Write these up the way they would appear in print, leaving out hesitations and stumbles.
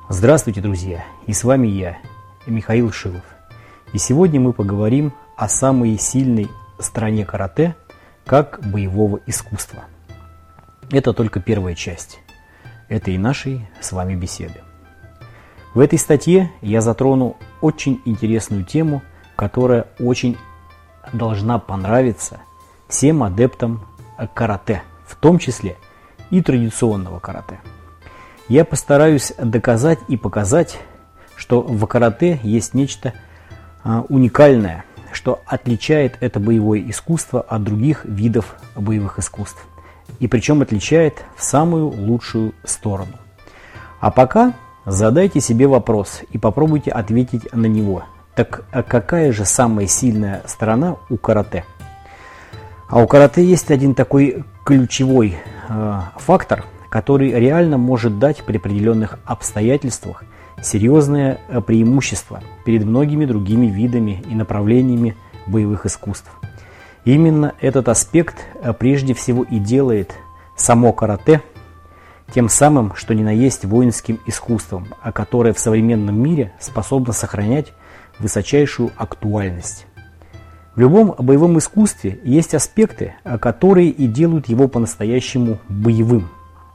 Здравствуйте, друзья! И с вами я, Михаил Шилов. И сегодня мы поговорим о самой сильной стороне карате как боевого искусства. Это только первая часть этой нашей с вами беседы. В этой статье я затрону очень интересную тему, которая очень должна понравиться всем адептам карате, в том числе и традиционного карате. Я постараюсь доказать и показать, что в карате есть нечто уникальное, что отличает это боевое искусство от других видов боевых искусств. И причем отличает в самую лучшую сторону. А пока задайте себе вопрос и попробуйте ответить на него. Так какая же самая сильная сторона у карате? А у карате есть один такой ключевой фактор, который реально может дать при определенных обстоятельствах серьезное преимущество перед многими другими видами и направлениями боевых искусств. Именно этот аспект прежде всего и делает само карате тем самым, что ни на есть воинским искусством, которое в современном мире способно сохранять высочайшую актуальность. В любом боевом искусстве есть аспекты, которые и делают его по-настоящему боевым.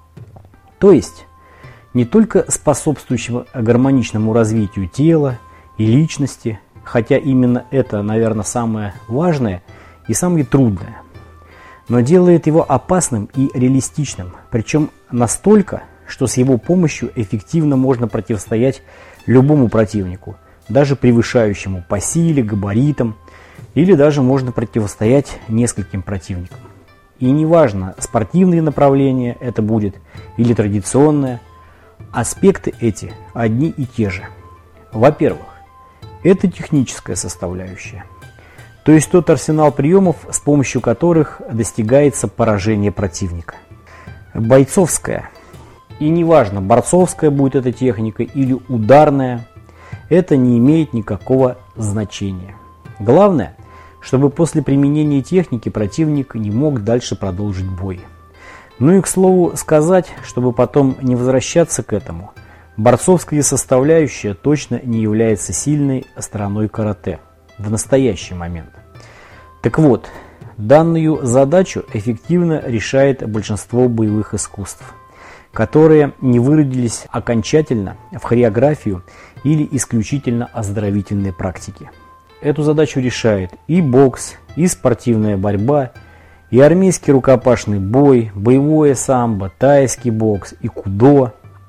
То есть, не только способствующего гармоничному развитию тела и личности, хотя именно это, наверное, самое важное и самое трудное, но делает его опасным и реалистичным, причем настолько, что с его помощью эффективно можно противостоять любому противнику, даже превышающему по силе, габаритам, или даже можно противостоять нескольким противникам. И неважно, спортивные направления это будет или традиционное, аспекты эти одни и те же. Во-первых, это техническая составляющая, то есть тот арсенал приемов, с помощью которых достигается поражение противника. Бойцовская, и неважно, борцовская будет эта техника или ударная, это не имеет никакого значения. Главное, чтобы после применения техники противник не мог дальше продолжить бой. Ну и к слову сказать, чтобы потом не возвращаться к этому, борцовская составляющая точно не является сильной стороной карате в настоящий момент. Так вот, данную задачу эффективно решает большинство боевых искусств, которые не выродились окончательно в хореографию или исключительно оздоровительные практики. Эту задачу решает и бокс, и спортивная борьба, и армейский рукопашный бой, боевое самбо, тайский бокс и кудо.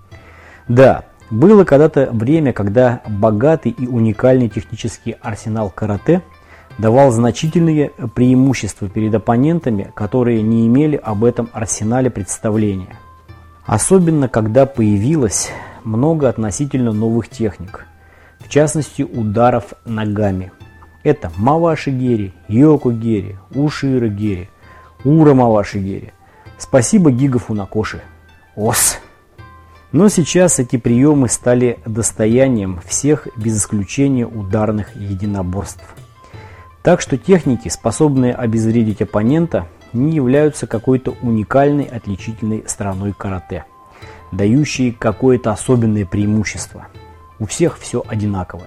Да, было когда-то время, когда богатый и уникальный технический арсенал карате давал значительные преимущества перед оппонентами, которые не имели об этом арсенале представления. Особенно, когда появилось много относительно новых техник, в частности ударов ногами. Это Маваши Гери, Йоко Гери, Уширо Гери, Ура Маваши Гери. Спасибо Гига Фунакоши. Ос! Но сейчас эти приемы стали достоянием всех без исключения ударных единоборств. Так что техники, способные обезвредить оппонента, не являются какой-то уникальной отличительной стороной карате, дающей какое-то особенное преимущество. У всех все одинаковое.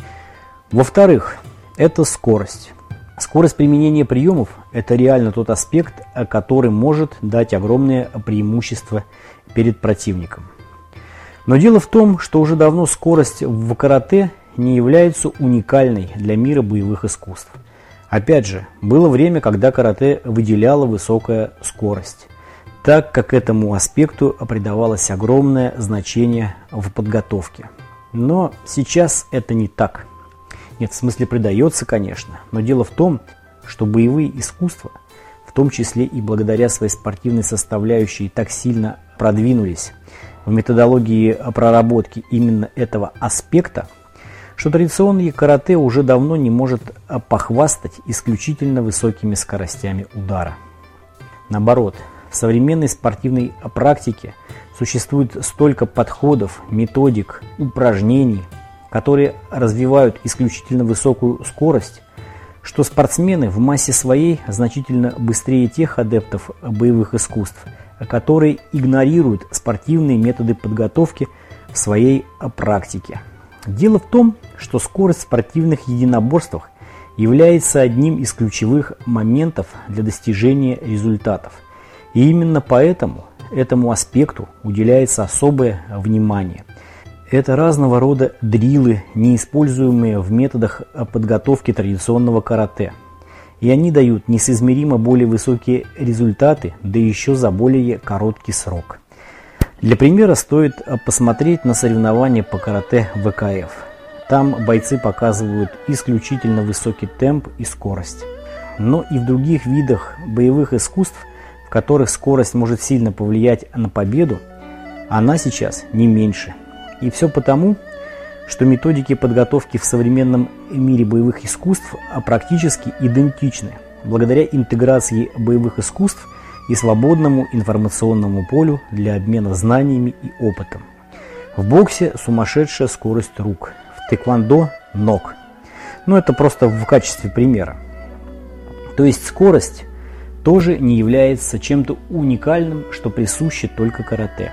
Во-вторых, это скорость. Скорость применения приемов – это реально тот аспект, который может дать огромное преимущество перед противником. Но дело в том, что уже давно скорость в карате не является уникальной для мира боевых искусств. Опять же, было время, когда карате выделяло высокая скорость, так как этому аспекту придавалось огромное значение в подготовке. Но сейчас это не так. Нет, в смысле придается, конечно, но дело в том, что боевые искусства, в том числе и благодаря своей спортивной составляющей, так сильно продвинулись в методологии проработки именно этого аспекта, что традиционное карате уже давно не может похвастать исключительно высокими скоростями удара. Наоборот, в современной спортивной практике существует столько подходов, методик, упражнений, которые развивают исключительно высокую скорость, что спортсмены в массе своей значительно быстрее тех адептов боевых искусств, которые игнорируют спортивные методы подготовки в в своей практике. Дело в том, что скорость в спортивных единоборствах является одним из ключевых моментов для достижения результатов. И именно поэтому этому аспекту уделяется особое внимание. Это разного рода дриллы, неиспользуемые в методах подготовки традиционного карате. И они дают несоизмеримо более высокие результаты, да еще за более короткий срок. Для примера стоит посмотреть на соревнования по карате ВКФ. Там бойцы показывают исключительно высокий темп и скорость. Но и в других видах боевых искусств, в которых скорость может сильно повлиять на победу, она сейчас не меньше. И все потому, что методики подготовки в современном мире боевых искусств практически идентичны, благодаря интеграции боевых искусств и свободному информационному полю для обмена знаниями и опытом. В боксе сумасшедшая скорость рук, в тэквондо – ног. Но это просто в качестве примера. То есть скорость тоже не является чем-то уникальным, что присуще только карате.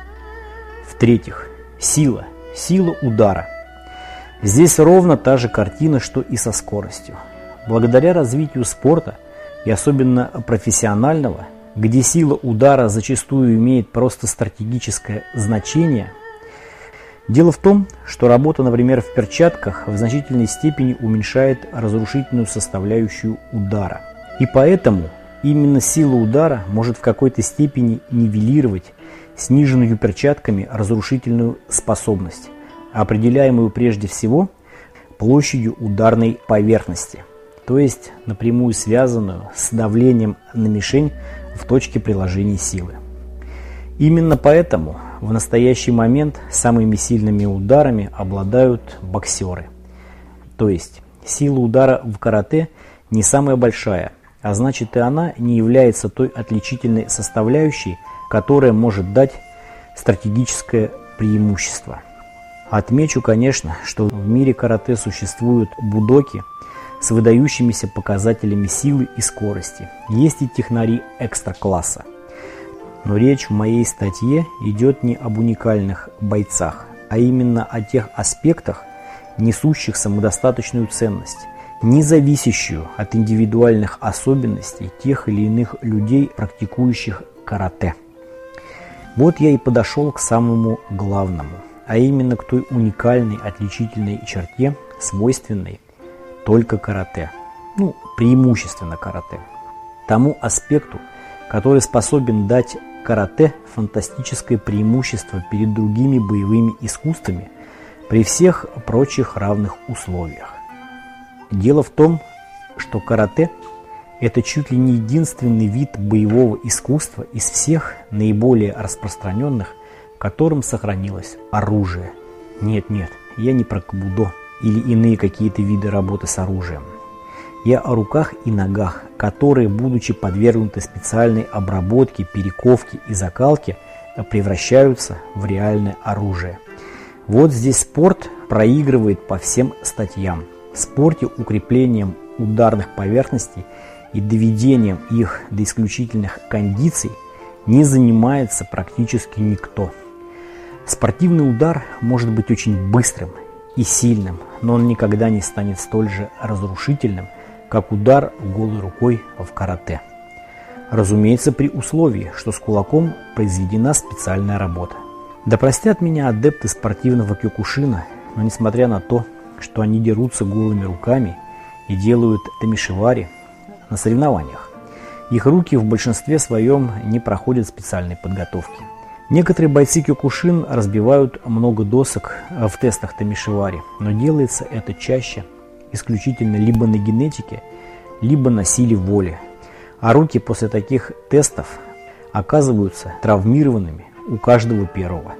В-третьих, сила удара. Здесь ровно та же картина, что и со скоростью. Благодаря развитию спорта, и особенно профессионального, где сила удара зачастую имеет просто стратегическое значение, дело в том, что работа, например, в перчатках в значительной степени уменьшает разрушительную составляющую удара. И поэтому именно сила удара может в какой-то степени нивелировать сниженную перчатками разрушительную способность, определяемую прежде всего площадью ударной поверхности, то есть напрямую связанную с давлением на мишень в точке приложения силы. Именно поэтому в настоящий момент самыми сильными ударами обладают боксеры. То есть сила удара в карате не самая большая, а значит и она не является той отличительной составляющей, которая может дать стратегическое преимущество. Отмечу, конечно, что в мире карате существуют будоки с выдающимися показателями силы и скорости. Есть и технари экстра-класса. Но речь в моей статье идет не об уникальных бойцах, а именно о тех аспектах, несущих самодостаточную ценность, не зависящую от индивидуальных особенностей тех или иных людей, практикующих карате. Вот я и подошел к самому главному, а именно к той уникальной отличительной черте, свойственной только карате, преимущественно карате, тому аспекту, который способен дать карате фантастическое преимущество перед другими боевыми искусствами при всех прочих равных условиях. Дело в том, что карате – это чуть ли не единственный вид боевого искусства из всех наиболее распространенных, которым сохранилось оружие. Нет, я не про кабудо или иные какие-то виды работы с оружием. Я о руках и ногах, которые, будучи подвергнуты специальной обработке, перековке и закалке, превращаются в реальное оружие. Вот здесь спорт проигрывает по всем статьям. В спорте укреплением ударных поверхностей и доведением их до исключительных кондиций не занимается практически никто. Спортивный удар может быть очень быстрым и сильным, но он никогда не станет столь же разрушительным, как удар голой рукой в карате. Разумеется, при условии, что с кулаком произведена специальная работа. Да простят меня адепты спортивного кёкушина, но несмотря на то, что они дерутся голыми руками и делают тамишивари на соревнованиях, их руки в большинстве своем не проходят специальной подготовки. Некоторые бойцы кёкушин разбивают много досок в тестах тамишивари, но делается это чаще исключительно либо на генетике, либо на силе воли. А руки после таких тестов оказываются травмированными у каждого первого.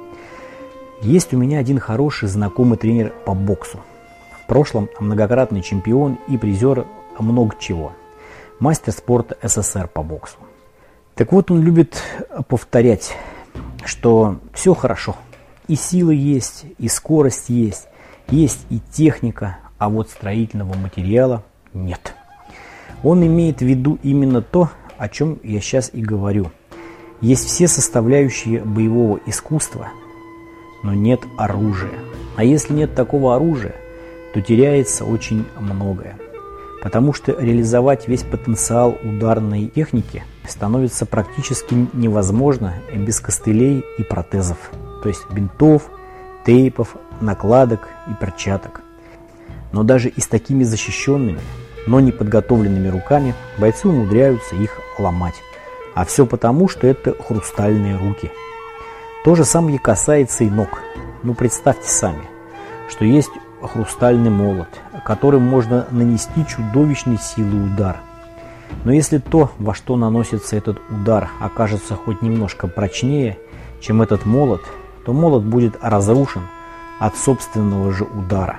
Есть у меня один хороший знакомый тренер по боксу. В прошлом многократный чемпион и призер много чего. Мастер спорта СССР по боксу. Так вот, он любит повторять, что все хорошо. И сила есть, и скорость есть и техника, а вот строительного материала нет. Он имеет в виду именно то, о чем я сейчас и говорю. Есть все составляющие боевого искусства, но нет оружия. А если нет такого оружия, то теряется очень многое. Потому что реализовать весь потенциал ударной техники становится практически невозможно без костылей и протезов, то есть бинтов, тейпов, накладок и перчаток. Но даже и с такими защищенными, но неподготовленными руками бойцы умудряются их ломать. А все потому, что это хрустальные руки. То же самое касается и ног. Ну представьте сами, что есть хрустальный молот, которым можно нанести чудовищной силы удар. Но если то, во что наносится этот удар, окажется хоть немножко прочнее, чем этот молот, то молот будет разрушен от собственного же удара.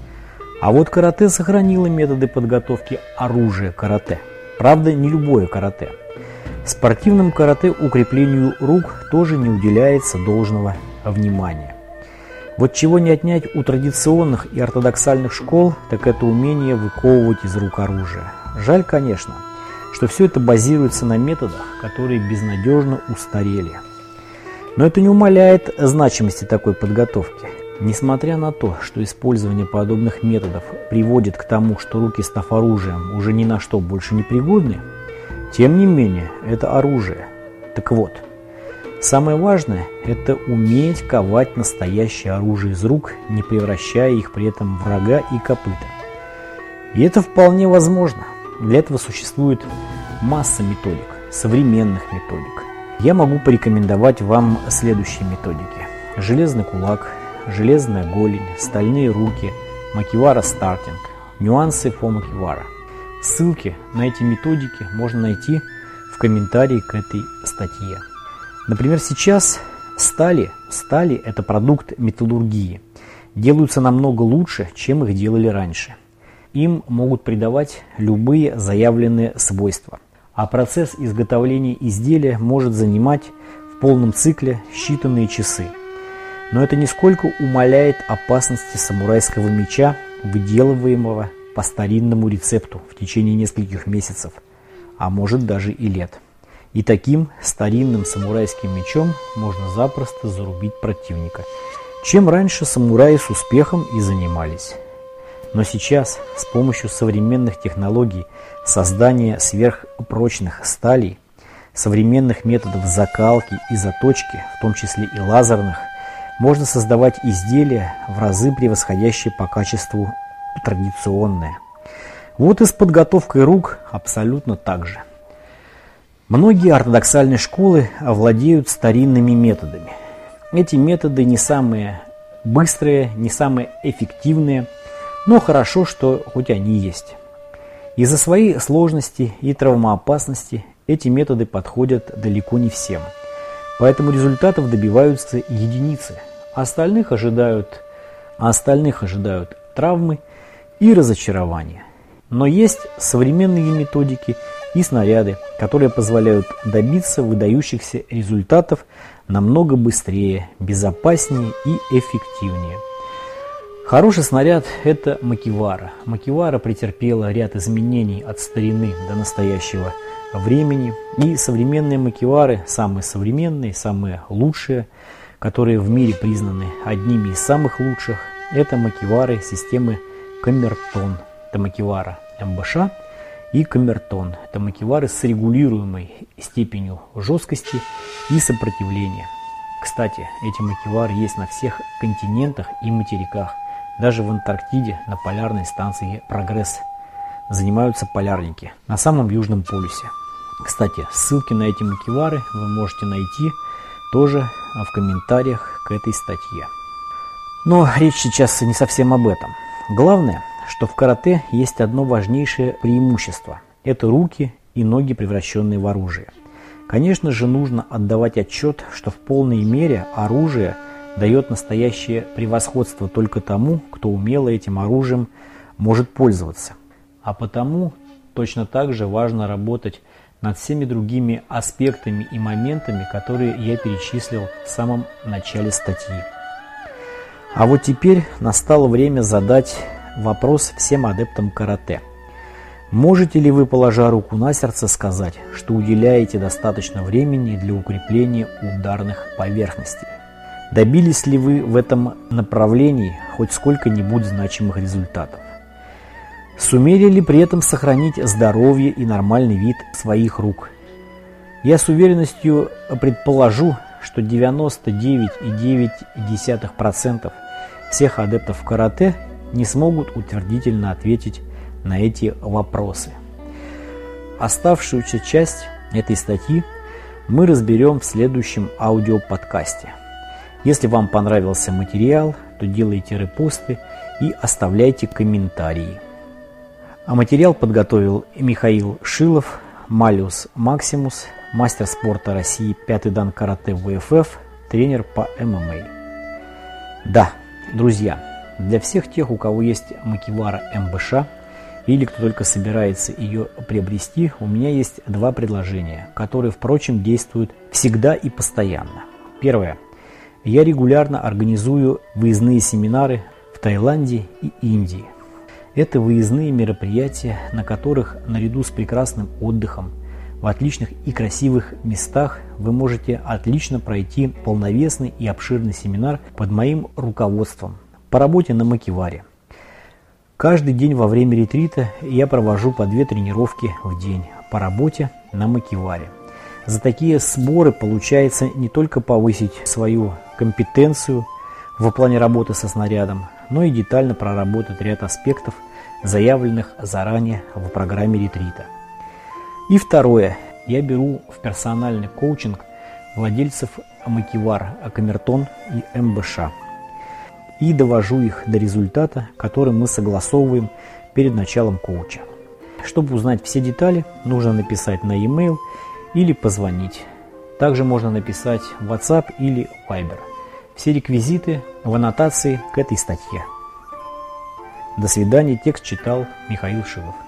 А вот карате сохранило методы подготовки оружия карате. Правда, не любое карате. Спортивным карате укреплению рук тоже не уделяется должного внимания. Вот чего не отнять у традиционных и ортодоксальных школ, так это умение выковывать из рук оружие. Жаль, конечно, что все это базируется на методах, которые безнадежно устарели. Но это не умаляет значимости такой подготовки. Несмотря на то, что использование подобных методов приводит к тому, что руки, став оружием, уже ни на что больше не пригодны, тем не менее, это оружие. Так вот, самое важное – это уметь ковать настоящее оружие из рук, не превращая их при этом в рога и копыта. И это вполне возможно. Для этого существует масса методик, современных методик. Я могу порекомендовать вам следующие методики. Железный кулак, железная голень, стальные руки, макивара стартинг, нюансы по макивара. Ссылки на эти методики можно найти в комментарии к этой статье. Например, сейчас стали – это продукт металлургии, делаются намного лучше, чем их делали раньше. Им могут придавать любые заявленные свойства, а процесс изготовления изделия может занимать в полном цикле считанные часы. Но это нисколько умаляет опасности самурайского меча, выделываемого по старинному рецепту в течение нескольких месяцев, а может даже и лет. И таким старинным самурайским мечом можно запросто зарубить противника, чем раньше самураи с успехом и занимались. Но сейчас с помощью современных технологий создания сверхпрочных сталей, современных методов закалки и заточки, в том числе и лазерных, можно создавать изделия, в разы превосходящие по качеству традиционные. Вот и с подготовкой рук абсолютно так же. Многие ортодоксальные школы владеют старинными методами. Эти методы не самые быстрые, не самые эффективные, но хорошо, что хоть они есть. Из-за своей сложности и травмоопасности эти методы подходят далеко не всем. Поэтому результатов добиваются единицы, а остальных ожидают травмы и разочарования. Но есть современные методики и снаряды, которые позволяют добиться выдающихся результатов намного быстрее, безопаснее и эффективнее. Хороший снаряд – это макивара. Макивара претерпела ряд изменений от старины до настоящего времени. И современные макивары, самые современные, самые лучшие, которые в мире признаны одними из самых лучших, это макивары системы Камертон. Это макивара МБШ и Камертон. Это макивары с регулируемой степенью жесткости и сопротивления. Кстати, эти макивары есть на всех континентах и материках. Даже в Антарктиде на полярной станции «Прогресс» занимаются полярники на самом южном полюсе. Кстати, ссылки на эти макивары вы можете найти тоже в комментариях к этой статье. Но речь сейчас не совсем об этом. Главное, что в карате есть одно важнейшее преимущество – это руки и ноги, превращенные в оружие. Конечно же, нужно отдавать отчет, что в полной мере оружие дает настоящее превосходство только тому, кто умело этим оружием может пользоваться. А потому точно так же важно работать над всеми другими аспектами и моментами, которые я перечислил в самом начале статьи. А вот теперь настало время задать вопрос всем адептам карате. Можете ли вы, положа руку на сердце, сказать, что уделяете достаточно времени для укрепления ударных поверхностей? Добились ли вы в этом направлении хоть сколько-нибудь значимых результатов? Сумели ли при этом сохранить здоровье и нормальный вид своих рук? Я с уверенностью предположу, что 99,9% всех адептов карате не смогут утвердительно ответить на эти вопросы. Оставшуюся часть этой статьи мы разберем в следующем аудиоподкасте. Если вам понравился материал, то делайте репосты и оставляйте комментарии. А материал подготовил Михаил Шилов, Малиус Максимус, мастер спорта России, 5-й дан карате ВФФ, тренер по ММА. Да, друзья, для всех тех, у кого есть макивара МБШ или кто только собирается ее приобрести, у меня есть два предложения, которые, впрочем, действуют всегда и постоянно. Первое. Я регулярно организую выездные семинары в Таиланде и Индии. Это выездные мероприятия, на которых наряду с прекрасным отдыхом в отличных и красивых местах вы можете отлично пройти полновесный и обширный семинар под моим руководством по работе на макиваре. Каждый день во время ретрита я провожу по 2 тренировки в день по работе на макиваре. За такие сборы получается не только повысить свою компетенцию в плане работы со снарядом, но и детально проработать ряд аспектов, заявленных заранее в программе ретрита. И второе. Я беру в персональный коучинг владельцев макивар Камертон и МБШ и довожу их до результата, который мы согласовываем перед началом коуча. Чтобы узнать все детали, нужно написать на e-mail или позвонить. Также можно написать в WhatsApp или Viber. Все реквизиты в аннотации к этой статье. До свидания. Текст читал Михаил Шилов.